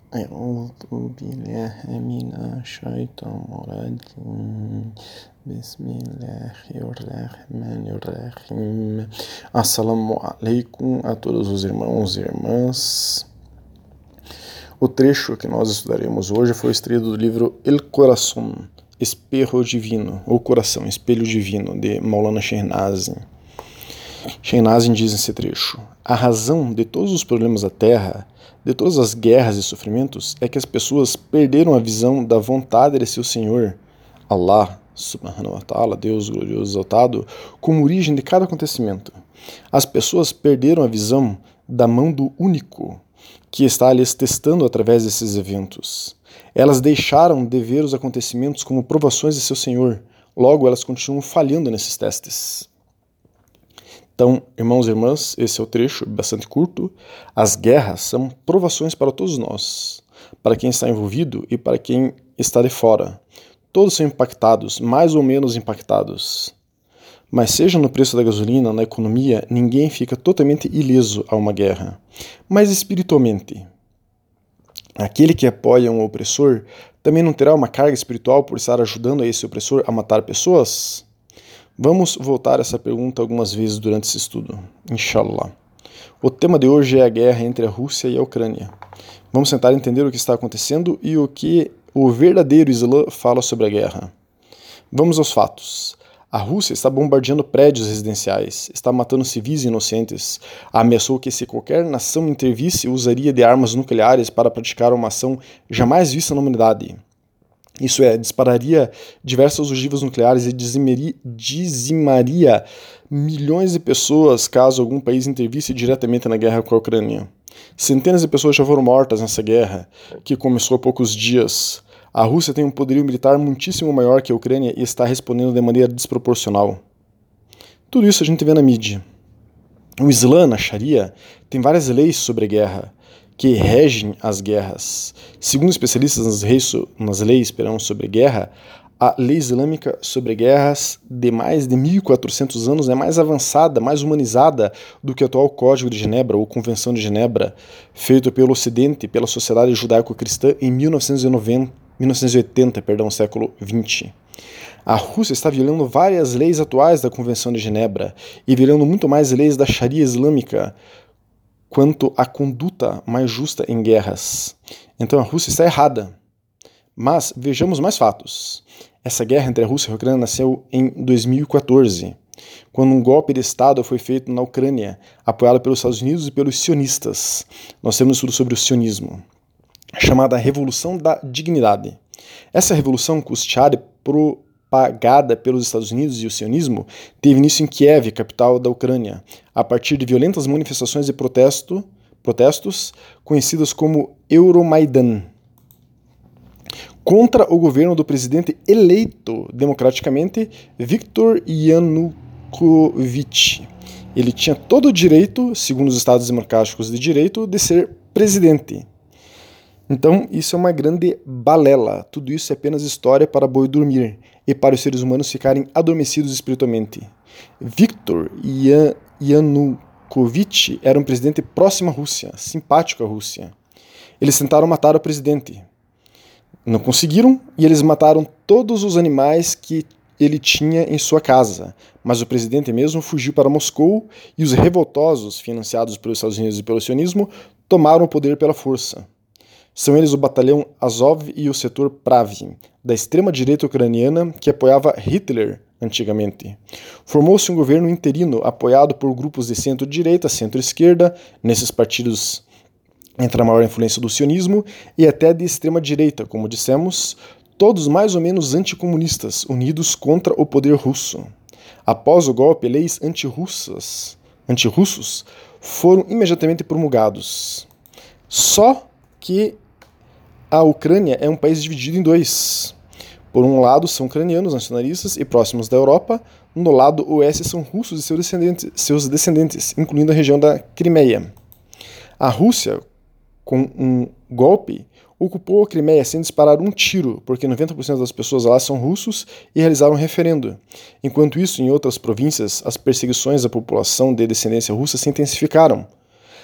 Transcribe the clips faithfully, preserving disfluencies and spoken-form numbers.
أعوذ بالله من الشيطان الرجيم بسم الله الرحمن الرحيم. Assalamu alaikum a todos os irmãos e irmãs. O trecho que nós estudaremos hoje foi extraído do livro El Corazón, Espejo Divino, ou Coração, Espelho Divino, de Maulana Shehnazin. Shehnazin diz nesse trecho: a razão de todos os problemas da Terra, de todas as guerras e sofrimentos, é que as pessoas perderam a visão da vontade de seu Senhor, Allah, subhanahu wa ta'ala, Deus glorioso exaltado, como origem de cada acontecimento. As pessoas perderam a visão da mão do único, que está lhes testando através desses eventos. Elas deixaram de ver os acontecimentos como provações de seu Senhor, logo elas continuam falhando nesses testes. Então, irmãos e irmãs, esse é o trecho bastante curto. As guerras são provações para todos nós, para quem está envolvido e para quem está de fora. Todos são impactados, mais ou menos impactados. Mas seja no preço da gasolina, na economia, ninguém fica totalmente ileso a uma guerra. Mas espiritualmente, aquele que apoia um opressor também não terá uma carga espiritual por estar ajudando a esse opressor a matar pessoas? Vamos voltar a essa pergunta algumas vezes durante esse estudo, inshallah. O tema de hoje é a guerra entre a Rússia e a Ucrânia. Vamos tentar entender o que está acontecendo e o que o verdadeiro Islã fala sobre a guerra. Vamos aos fatos. A Rússia está bombardeando prédios residenciais, está matando civis inocentes, ameaçou que se qualquer nação intervisse, usaria de armas nucleares para praticar uma ação jamais vista na humanidade. Isso é, dispararia diversas ogivas nucleares e dizimaria, dizimaria milhões de pessoas caso algum país intervisse diretamente na guerra com a Ucrânia. Centenas de pessoas já foram mortas nessa guerra, que começou há poucos dias. A Rússia tem um poderio militar muitíssimo maior que a Ucrânia e está respondendo de maneira desproporcional. Tudo isso a gente vê na mídia. O Islã, na Sharia, tem várias leis sobre a guerra, que regem as guerras. Segundo especialistas nas leis, nas leis esperam, sobre guerra, a lei islâmica sobre guerras de mais de mil e quatrocentos anos é mais avançada, mais humanizada do que o atual Código de Genebra, ou Convenção de Genebra, feito pelo Ocidente, pela Sociedade Judaico-Cristã em mil novecentos e oitenta, perdão, século vinte. A Rússia está violando várias leis atuais da Convenção de Genebra e violando muito mais leis da Sharia islâmica, quanto à conduta mais justa em guerras. Então a Rússia está errada. Mas vejamos mais fatos. Essa guerra entre a Rússia e a Ucrânia nasceu em dois mil e quatorze, quando um golpe de Estado foi feito na Ucrânia, apoiado pelos Estados Unidos e pelos sionistas. Nós temos um estudo sobre o sionismo, chamada Revolução da Dignidade. Essa revolução, custeada e propagada pelos Estados Unidos e o sionismo, teve início em Kiev, capital da Ucrânia, a partir de violentas manifestações de protesto, protestos conhecidas como Euromaidan, contra o governo do presidente eleito democraticamente Viktor Yanukovych. Ele tinha todo o direito, segundo os Estados democráticos de direito, de ser presidente. Então, isso é uma grande balela. Tudo isso é apenas história para boi dormir e para os seres humanos ficarem adormecidos espiritualmente. Viktor Yanukovych era um presidente próximo à Rússia, simpático à Rússia. Eles tentaram matar o presidente. Não conseguiram e eles mataram todos os animais que ele tinha em sua casa. Mas o presidente mesmo fugiu para Moscou e os revoltosos, financiados pelos Estados Unidos e pelo sionismo, tomaram o poder pela força. São eles o batalhão Azov e o setor Pravin, da extrema-direita ucraniana que apoiava Hitler antigamente. Formou-se um governo interino apoiado por grupos de centro-direita, centro-esquerda, nesses partidos entra a maior influência do sionismo, e até de extrema-direita, como dissemos, todos mais ou menos anticomunistas, unidos contra o poder russo. Após o golpe, leis antirrussas, antirrussos foram imediatamente promulgados. Só que a Ucrânia é um país dividido em dois. Por um lado são ucranianos nacionalistas e próximos da Europa, no lado oeste são russos e seus descendentes, seus descendentes, incluindo a região da Crimeia. A Rússia, com um golpe, ocupou a Crimeia sem disparar um tiro, porque noventa por cento das pessoas lá são russos e realizaram um referendo. Enquanto isso, em outras províncias, as perseguições à população de descendência russa se intensificaram.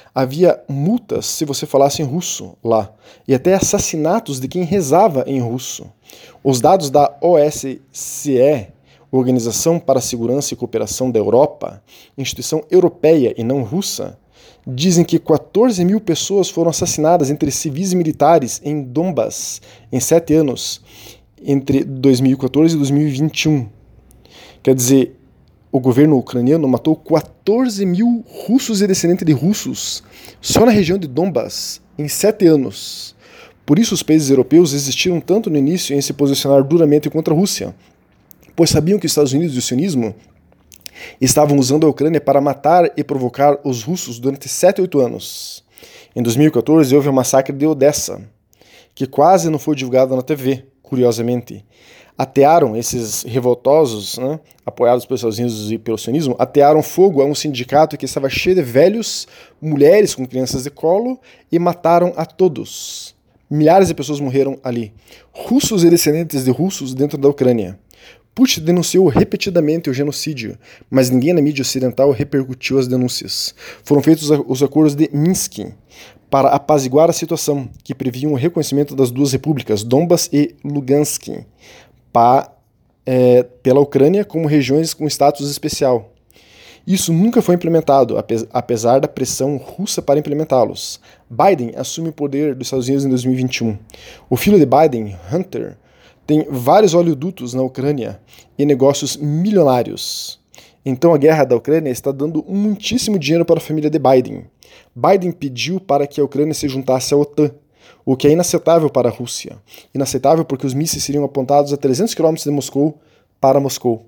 Havia multas se você falasse em russo lá, e até assassinatos de quem rezava em russo. Os dados da O S C E, Organização para a Segurança e Cooperação da Europa, instituição europeia e não russa, dizem que quatorze mil pessoas foram assassinadas entre civis e militares em Donbas em sete anos, entre dois mil e quatorze e dois mil e vinte e um. Quer dizer, o governo ucraniano matou quatorze mil russos e descendentes de russos só na região de Donbas em sete anos. Por isso os países europeus existiram tanto no início em se posicionar duramente contra a Rússia, pois sabiam que os Estados Unidos e o sionismo estavam usando a Ucrânia para matar e provocar os russos durante sete, oito anos. Em dois mil e quatorze houve o massacre de Odessa, que quase não foi divulgado na T V, curiosamente. Atearam esses revoltosos, né, apoiados pelos Estados Unidos e pelo sionismo, atearam fogo a um sindicato que estava cheio de velhos, mulheres com crianças de colo, e mataram a todos. Milhares de pessoas morreram ali. Russos e descendentes de russos dentro da Ucrânia. Putin denunciou repetidamente o genocídio, mas ninguém na mídia ocidental repercutiu as denúncias. Foram feitos os acordos de Minsk para apaziguar a situação, que previam o reconhecimento das duas repúblicas, Donbas e Lugansk, pa, é, pela Ucrânia como regiões com status especial. Isso nunca foi implementado, apesar da pressão russa para implementá-los. Biden assume o poder dos Estados Unidos em dois mil e vinte e um. O filho de Biden, Hunter, tem vários oleodutos na Ucrânia e negócios milionários. Então a guerra da Ucrânia está dando muitíssimo dinheiro para a família de Biden. Biden pediu para que a Ucrânia se juntasse à OTAN, o que é inaceitável para a Rússia. Inaceitável porque os mísseis seriam apontados a trezentos quilômetros de Moscou para Moscou.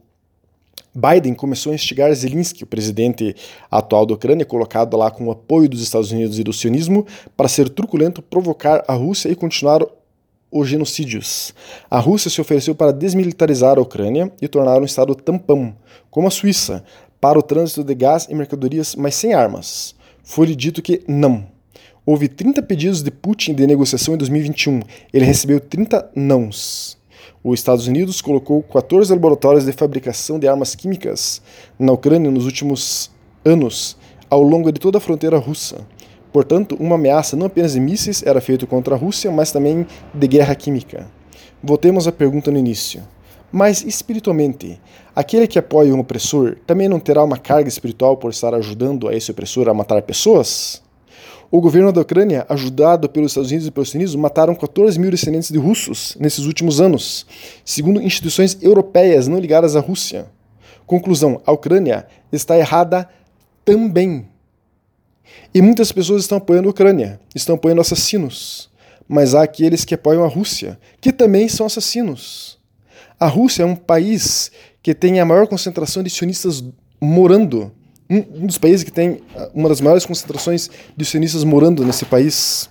Biden começou a instigar Zelensky, o presidente atual da Ucrânia, colocado lá com o apoio dos Estados Unidos e do sionismo, para ser truculento, provocar a Rússia e continuar os genocídios. A Rússia se ofereceu para desmilitarizar a Ucrânia e tornar um estado tampão, como a Suíça, para o trânsito de gás e mercadorias, mas sem armas. Foi-lhe dito que não. Houve trinta pedidos de Putin de negociação em dois mil e vinte e um. Ele recebeu trinta nãos. Os Estados Unidos colocou quatorze laboratórios de fabricação de armas químicas na Ucrânia nos últimos anos, ao longo de toda a fronteira russa. Portanto, uma ameaça não apenas de mísseis era feita contra a Rússia, mas também de guerra química. Voltemos à pergunta no início. Mas, espiritualmente, aquele que apoia um opressor também não terá uma carga espiritual por estar ajudando a esse opressor a matar pessoas? O governo da Ucrânia, ajudado pelos Estados Unidos e pelos Estados Unidos, mataram quatorze mil descendentes de russos nesses últimos anos, segundo instituições europeias não ligadas à Rússia. Conclusão, a Ucrânia está errada também. E muitas pessoas estão apoiando a Ucrânia, estão apoiando assassinos. Mas há aqueles que apoiam a Rússia, que também são assassinos. A Rússia é um país que tem a maior concentração de sionistas morando. Um dos países que tem uma das maiores concentrações de sionistas morando nesse país.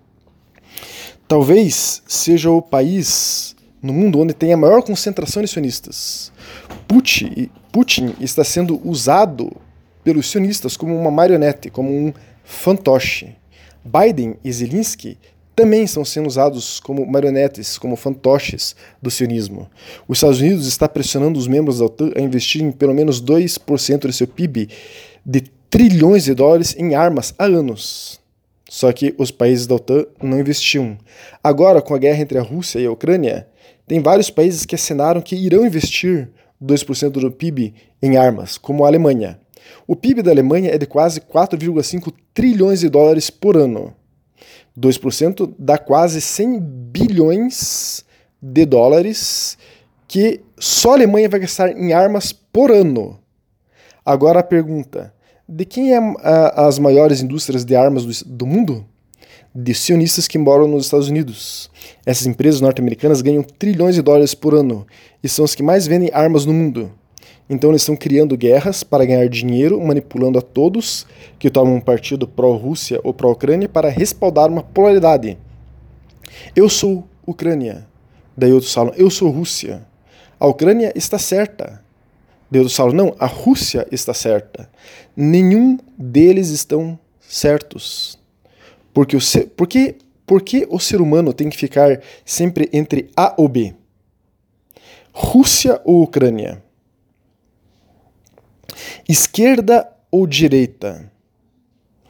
Talvez seja o país no mundo onde tem a maior concentração de sionistas. Putin, Putin está sendo usado pelos sionistas como uma marionete, como um fantoche. Biden e Zelensky também estão sendo usados como marionetes, como fantoches do sionismo. Os Estados Unidos está pressionando os membros da OTAN a investirem pelo menos dois por cento do seu P I B de trilhões de dólares em armas há anos. Só que os países da OTAN não investiam. Agora, com a guerra entre a Rússia e a Ucrânia, tem vários países que assinaram que irão investir dois por cento do P I B em armas, como a Alemanha. O P I B da Alemanha é de quase quatro vírgula cinco trilhões de dólares por ano. dois por cento dá quase cem bilhões de dólares que só a Alemanha vai gastar em armas por ano. Agora a pergunta, de quem é a, as maiores indústrias de armas do, do mundo? De sionistas que moram nos Estados Unidos. Essas empresas norte-americanas ganham trilhões de dólares por ano e são as que mais vendem armas no mundo. Então eles estão criando guerras para ganhar dinheiro, manipulando a todos que tomam um partido pró-Rússia ou pró-Ucrânia para respaldar uma polaridade. Eu sou Ucrânia. Daí outros falam, eu sou Rússia. A Ucrânia está certa. Daí outros falam, não, a Rússia está certa. Nenhum deles estão certos. Porque o ser, porque, porque o ser humano tem que ficar sempre entre A ou B? Rússia ou Ucrânia? Esquerda ou direita?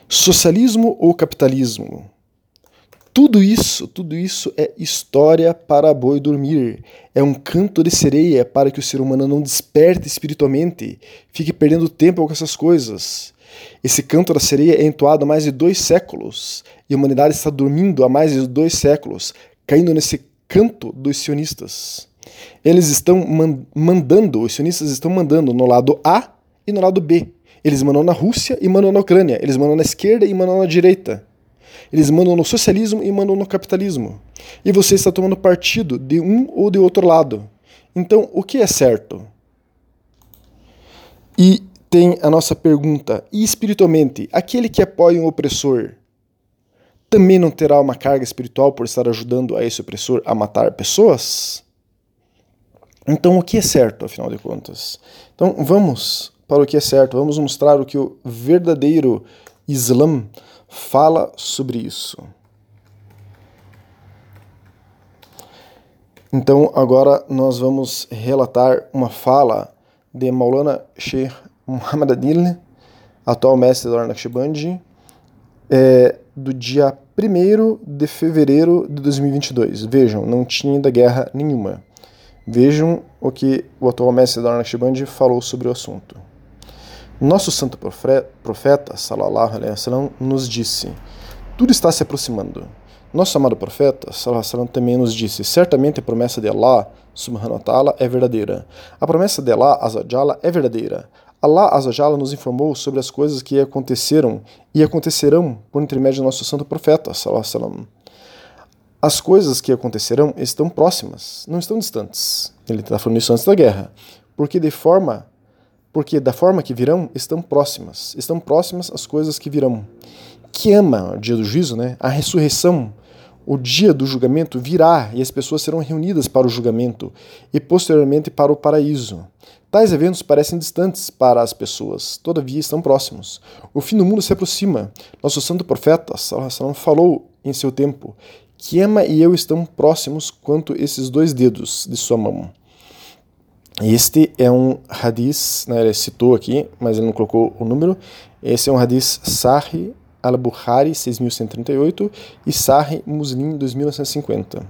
Socialismo ou capitalismo? Tudo isso, tudo isso é história para boi dormir. É um canto de sereia para que o ser humano não desperte espiritualmente, fique perdendo tempo com essas coisas. Esse canto da sereia é entoado há mais de dois séculos, e a humanidade está dormindo há mais de dois séculos, caindo nesse canto dos sionistas. Eles estão mandando, os sionistas estão mandando no lado A e no lado B. Eles mandam na Rússia e mandam na Ucrânia. Eles mandam na esquerda e mandam na direita. Eles mandam no socialismo e mandam no capitalismo. E você está tomando partido de um ou de outro lado. Então, o que é certo? E tem a nossa pergunta: e espiritualmente, aquele que apoia um opressor também não terá uma carga espiritual por estar ajudando a esse opressor a matar pessoas? Então, o que é certo, afinal de contas? Então, vamos para o que é certo. Vamos mostrar o que o verdadeiro Islã fala sobre isso. Então, agora nós vamos relatar uma fala de Maulana Sheikh Muhammad Adil, atual mestre da Ordem Naqshbandi, é, do dia primeiro de fevereiro de dois mil e vinte e dois. Vejam, não tinha ainda guerra nenhuma. Vejam o que o atual mestre da Ordem Naqshbandi falou sobre o assunto. Nosso santo profeta, sallallahu alaihi wasallam, nos disse: tudo está se aproximando. Nosso amado profeta, sallallahu alaihi wasallam, também nos disse: certamente a promessa de Allah, subhanahu wa ta'ala, é verdadeira. A promessa de Allah, azza wa jalla, é verdadeira. Allah, azza wa jalla, nos informou sobre as coisas que aconteceram e acontecerão por intermédio do nosso santo profeta, sallallahu alaihi wasallam. As coisas que acontecerão estão próximas, não estão distantes. Ele está falando isso antes da guerra. Porque de forma Porque da forma que virão, estão próximas. Estão próximas as coisas que virão. Que ama o dia do juízo, né? A ressurreição, o dia do julgamento virá e as pessoas serão reunidas para o julgamento e posteriormente para o paraíso. Tais eventos parecem distantes para as pessoas, todavia estão próximos. O fim do mundo se aproxima. Nosso santo profeta, sallallahu alaihi wasallam, falou em seu tempo: Kiama e eu estão próximos quanto esses dois dedos de sua mão. Este é um hadith, né, ele citou aqui, mas ele não colocou o número. Esse é um hadith Sahih al-Bukhari, seis mil cento e trinta e oito, e Sahih Muslim, dois mil novecentos e cinquenta.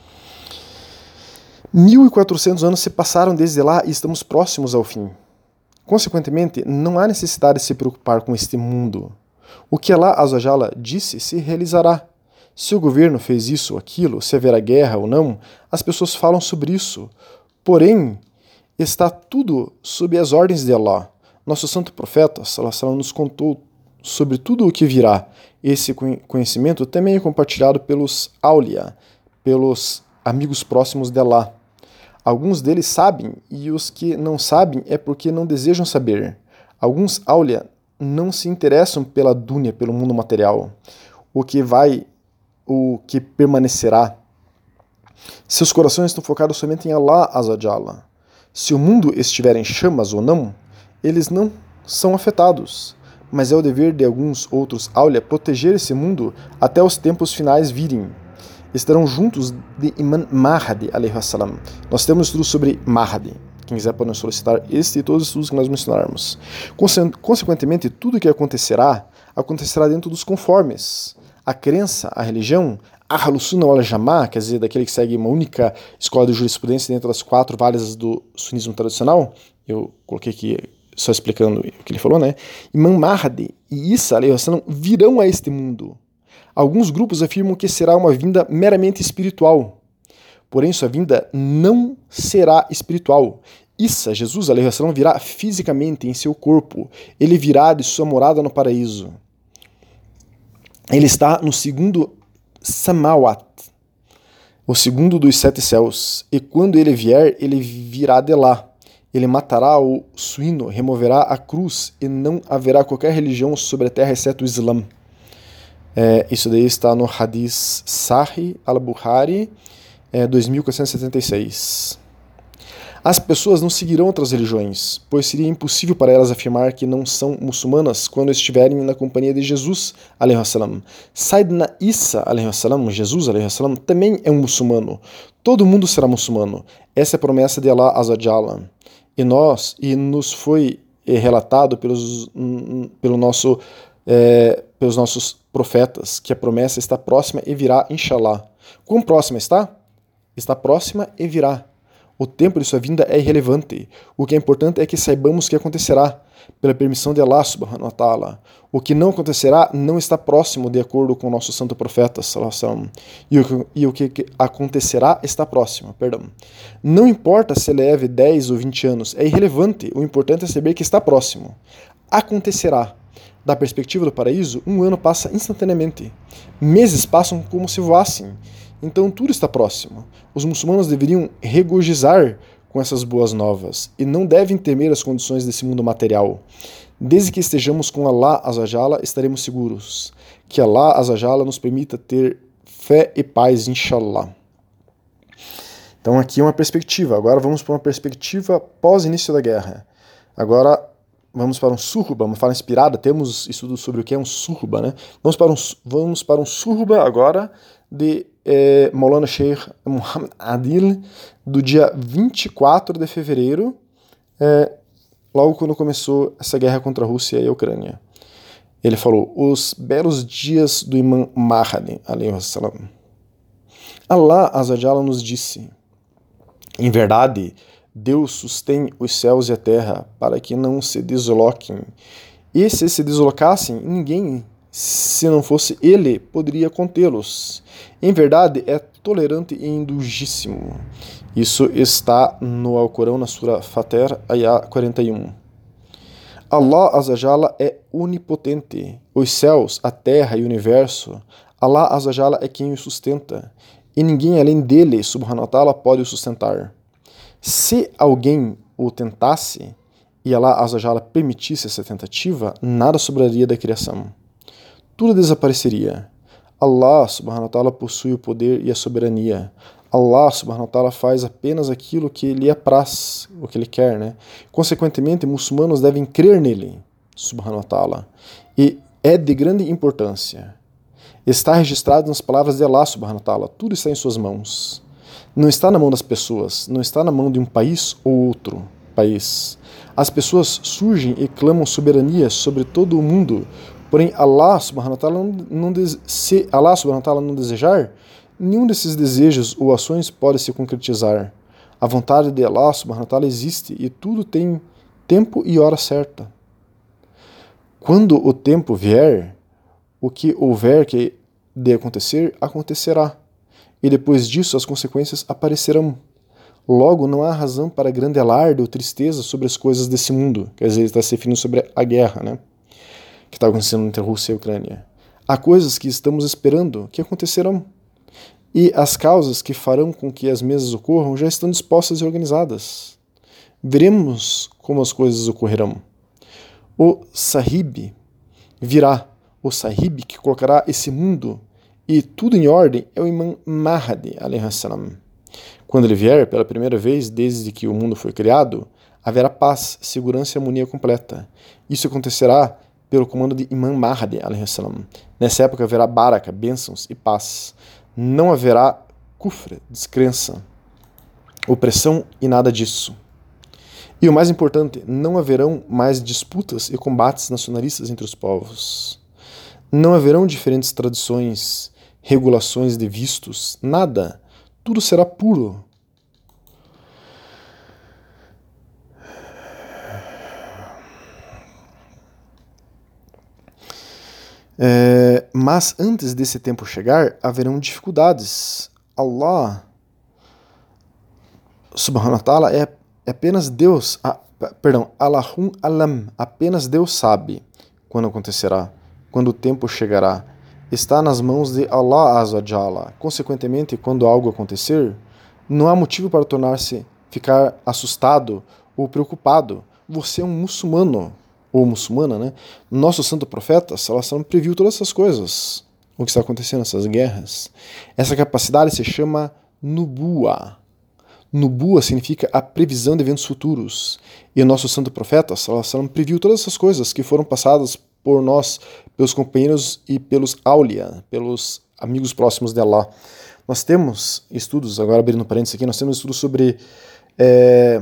mil e quatrocentos anos se passaram desde lá e estamos próximos ao fim. Consequentemente, não há necessidade de se preocupar com este mundo. O que Allah azza wa jalla disse se realizará. Se o governo fez isso ou aquilo, se haverá guerra ou não, as pessoas falam sobre isso. Porém, está tudo sob as ordens de Allah. Nosso santo profeta, sallallahu alaihi wasallam, nos contou sobre tudo o que virá. Esse conhecimento também é compartilhado pelos Aulia, pelos amigos próximos de Allah. Alguns deles sabem, e os que não sabem é porque não desejam saber. Alguns Aulia não se interessam pela dúnia, pelo mundo material, o que vai, o que permanecerá. Seus corações estão focados somente em Allah azza wa jalla. Se o mundo estiver em chamas ou não, eles não são afetados, mas é o dever de alguns outros Aulia proteger esse mundo até os tempos finais virem. Estarão juntos de Imam Mahdi, alaihi wassalam. Nós temos estudos sobre Mahdi. Quem quiser pode nos solicitar este e todos os estudos que nós mencionarmos. Consequentemente, tudo o que acontecerá, acontecerá dentro dos conformes. A crença, a religião, Ahlus Sunnah wal Jama'ah, quer dizer, daquele que segue uma única escola de jurisprudência dentro das quatro válidas do sunismo tradicional, eu coloquei aqui só explicando o que ele falou, né? Imam Mahdi e Isa alaihi wassalam virão a este mundo. Alguns grupos afirmam que será uma vinda meramente espiritual, porém sua vinda não será espiritual. Isa, Jesus alaihi wassalam, virá fisicamente em seu corpo, ele virá de sua morada no paraíso. Ele está no segundo Samawat, o segundo dos sete céus, e quando ele vier, ele virá de lá. Ele matará o suíno, removerá a cruz, e não haverá qualquer religião sobre a terra exceto o Islã. É, isso daí está no Hadith Sahih al-Bukhari, é, dois mil quatrocentos e setenta e seis. As pessoas não seguirão outras religiões, pois seria impossível para elas afirmar que não são muçulmanas quando estiverem na companhia de Jesus, alaihi wassalam. Sayyidina Isa, alaihi wassalam, Jesus, alaihi wassalam, também é um muçulmano. Todo mundo será muçulmano. Essa é a promessa de Allah azza wa jalla. E nós, e nos foi relatado pelos, pelo nosso, é, pelos nossos profetas que a promessa está próxima e virá, inshallah. Quão próxima está? Está próxima e virá. O tempo de sua vinda é irrelevante. O que é importante é que saibamos o que acontecerá, pela permissão de Allah subhanahu wa ta'ala. O que não acontecerá não está próximo, de acordo com o nosso santo profeta sallallahu alaihi wasallam. E o que, e o que acontecerá está próximo. Perdão. Não importa se leve dez ou vinte anos, é irrelevante. O importante é saber que está próximo. Acontecerá. Da perspectiva do paraíso, um ano passa instantaneamente. Meses passam como se voassem. Então tudo está próximo. Os muçulmanos deveriam regozijar com essas boas novas e não devem temer as condições desse mundo material. Desde que estejamos com Allah Azza wa Jalla, estaremos seguros. Que Allah Azza wa Jalla nos permita ter fé e paz, inshallah. Então aqui é uma perspectiva. Agora vamos para uma perspectiva pós-início da guerra. Agora vamos para um surba, uma fala inspirada. Temos estudos sobre o que é um surba, né? Vamos para um, vamos para um surba agora de eh, Maulana Sheikh Muhammad Adil, do dia vinte e quatro de fevereiro, eh, logo quando começou essa guerra contra a Rússia e a Ucrânia. Ele falou: os belos dias do Imam Mahdi, alayhi wassalam. Allah Azza wa Jalla nos disse: em verdade, Deus sustém os céus e a terra para que não se desloquem. E se se deslocassem, ninguém, se não fosse Ele, poderia contê-los. Em verdade, é tolerante e indulgíssimo. Isso está no Alcorão, na Sura Fatir, Ayah quarenta e um. Allah Azza wa Jalla é onipotente. Os céus, a terra e o universo, Allah Azza wa Jalla é quem os sustenta. E ninguém além dele, subhanahu wa ta'ala, pode o sustentar. Se alguém o tentasse, e Allah Azza wa Jalla permitisse essa tentativa, nada sobraria da criação. Tudo desapareceria. Allah subhanahu wa ta'ala possui o poder e a soberania. Allah subhanahu wa ta'ala faz apenas aquilo que lhe apraz, o que ele quer, né? Consequentemente, muçulmanos devem crer nele, subhanahu wa ta'ala. E é de grande importância. Está registrado nas palavras de Allah subhanahu wa ta'ala. Tudo está em suas mãos. Não está na mão das pessoas, não está na mão de um país ou outro país. As pessoas surgem e clamam soberania sobre todo o mundo, porém Allah subhanahu wa ta'ala não, não, se Allah subhanahu wa ta'ala não desejar, nenhum desses desejos ou ações pode se concretizar. A vontade de Allah subhanahu wa ta'ala existe e tudo tem tempo e hora certa. Quando o tempo vier, o que houver que de acontecer, acontecerá. E depois disso as consequências aparecerão. Logo, não há razão para grande alarde ou tristeza sobre as coisas desse mundo. Quer dizer, ele está se referindo sobre a guerra, né, que está acontecendo entre a Rússia e a Ucrânia. Há coisas que estamos esperando que acontecerão. E as causas que farão com que as mesas ocorram já estão dispostas e organizadas. Veremos como as coisas ocorrerão. O Sahib virá. O Sahib que colocará esse mundo e tudo em ordem é o Imam Mahdi, alayhi salam. Quando ele vier pela primeira vez desde que o mundo foi criado, haverá paz, segurança e harmonia completa. Isso acontecerá pelo comando de Imam Mahdi, alayhi salam. Nessa época haverá baraka, bênçãos e paz. Não haverá kufr, descrença, opressão e nada disso. E o mais importante, não haverão mais disputas e combates nacionalistas entre os povos. Não haverão diferentes tradições, regulações de vistos, nada. Tudo será puro. É, mas antes desse tempo chegar, haverão dificuldades. Allah, subhanahu wa ta'ala, é, é apenas Deus, ah, perdão, Allahum alam, apenas Deus sabe quando acontecerá, quando o tempo chegará. Está nas mãos de Allah Azza wa Jalla. Consequentemente, quando algo acontecer, não há motivo para tornar-se, ficar assustado ou preocupado. Você é um muçulmano, ou muçulmana, né? Nosso santo profeta, sallallahu alaihi wasallam, previu todas essas coisas, o que está acontecendo, essas guerras. Essa capacidade se chama Nubuwa. Nubuwa significa a previsão de eventos futuros. E o nosso santo profeta, sallallahu alaihi wasallam, previu todas essas coisas que foram passadas por nós, pelos companheiros e pelos aulia, pelos amigos próximos de Allah. Nós temos estudos, agora abrindo parênteses aqui, nós temos estudos sobre é,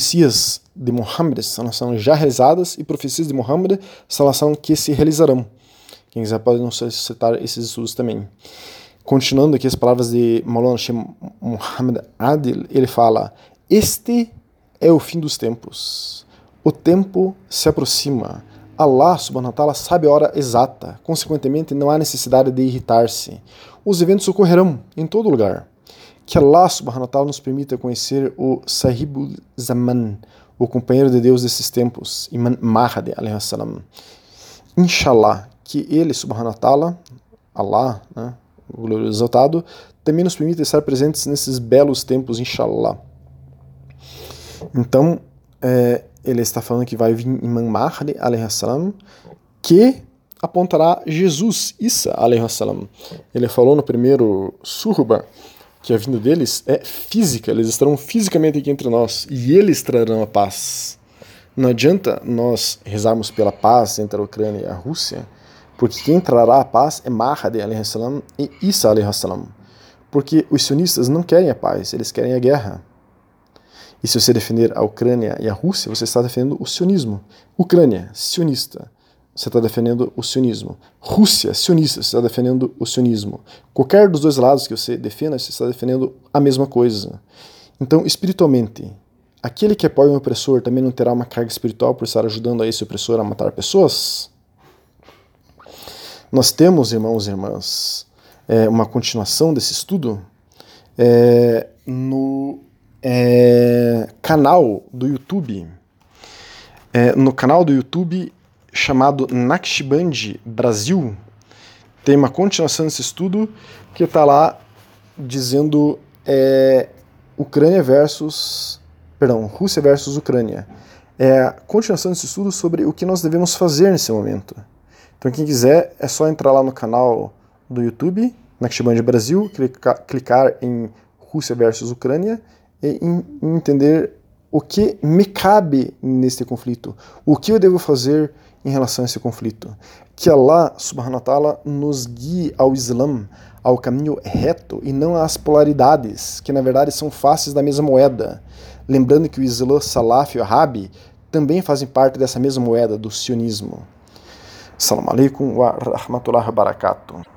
profecias de Muhammad sallallahu alaihi wasallam já realizadas e profecias de Muhammad sallallahu alaihi wasallam que se realizarão. Quem quiser pode não citar esses estudos também. Continuando aqui as palavras de Maulana Sheikh Muhammad Adil, ele fala: este é o fim dos tempos. O tempo se aproxima. Allah subhanahu wa ta'ala sabe a hora exata. Consequentemente, não há necessidade de irritar-se. Os eventos ocorrerão em todo lugar. Que Allah subhanahu wa ta'ala nos permita conhecer o Sahibul Zaman, o companheiro de Deus desses tempos, Imam Mahdi alayhi salam. Inshallah, que ele subhanahu wa ta'ala, Allah, né, o glorioso exaltado, também nos permite estar presentes nesses belos tempos, inshallah. Então, é, ele está falando que vai vir Imam Mahdi, alayhi salam, que apontará Jesus, Isa, alayhi salam. Ele falou no primeiro surba que a vinda deles é física, eles estarão fisicamente aqui entre nós, e eles trarão a paz. Não adianta nós rezarmos pela paz entre a Ucrânia e a Rússia, porque quem trará a paz é Mahdi alayhi salam e Isa alayhi salam. Porque os sionistas não querem a paz, eles querem a guerra. E se você defender a Ucrânia e a Rússia, você está defendendo o sionismo. Ucrânia, sionista, você está defendendo o sionismo. Rússia, sionista, você está defendendo o sionismo. Qualquer dos dois lados que você defenda, você está defendendo a mesma coisa. Então, espiritualmente, aquele que apoia um opressor também não terá uma carga espiritual por estar ajudando a esse opressor a matar pessoas? Nós temos, irmãos e irmãs, é, uma continuação desse estudo é, no é, canal do YouTube. É, no canal do YouTube chamado Naqshband Brasil, tem uma continuação desse estudo que está lá dizendo é, Ucrânia versus... Perdão, Rússia versus Ucrânia. É a continuação desse estudo sobre o que nós devemos fazer nesse momento. Então, quem quiser, é só entrar lá no canal do YouTube, Naqshband Brasil, clicar, clicar em Rússia versus Ucrânia e em, em entender o que me cabe neste conflito, o que eu devo fazer em relação a esse conflito. Que Allah, subhanahu wa ta'ala, nos guie ao Islã, ao caminho reto e não às polaridades, que na verdade são faces da mesma moeda. Lembrando que o Islã Salaf e o Wahhabi também fazem parte dessa mesma moeda, do sionismo. Assalamu alaikum wa rahmatullahi wa barakatuh.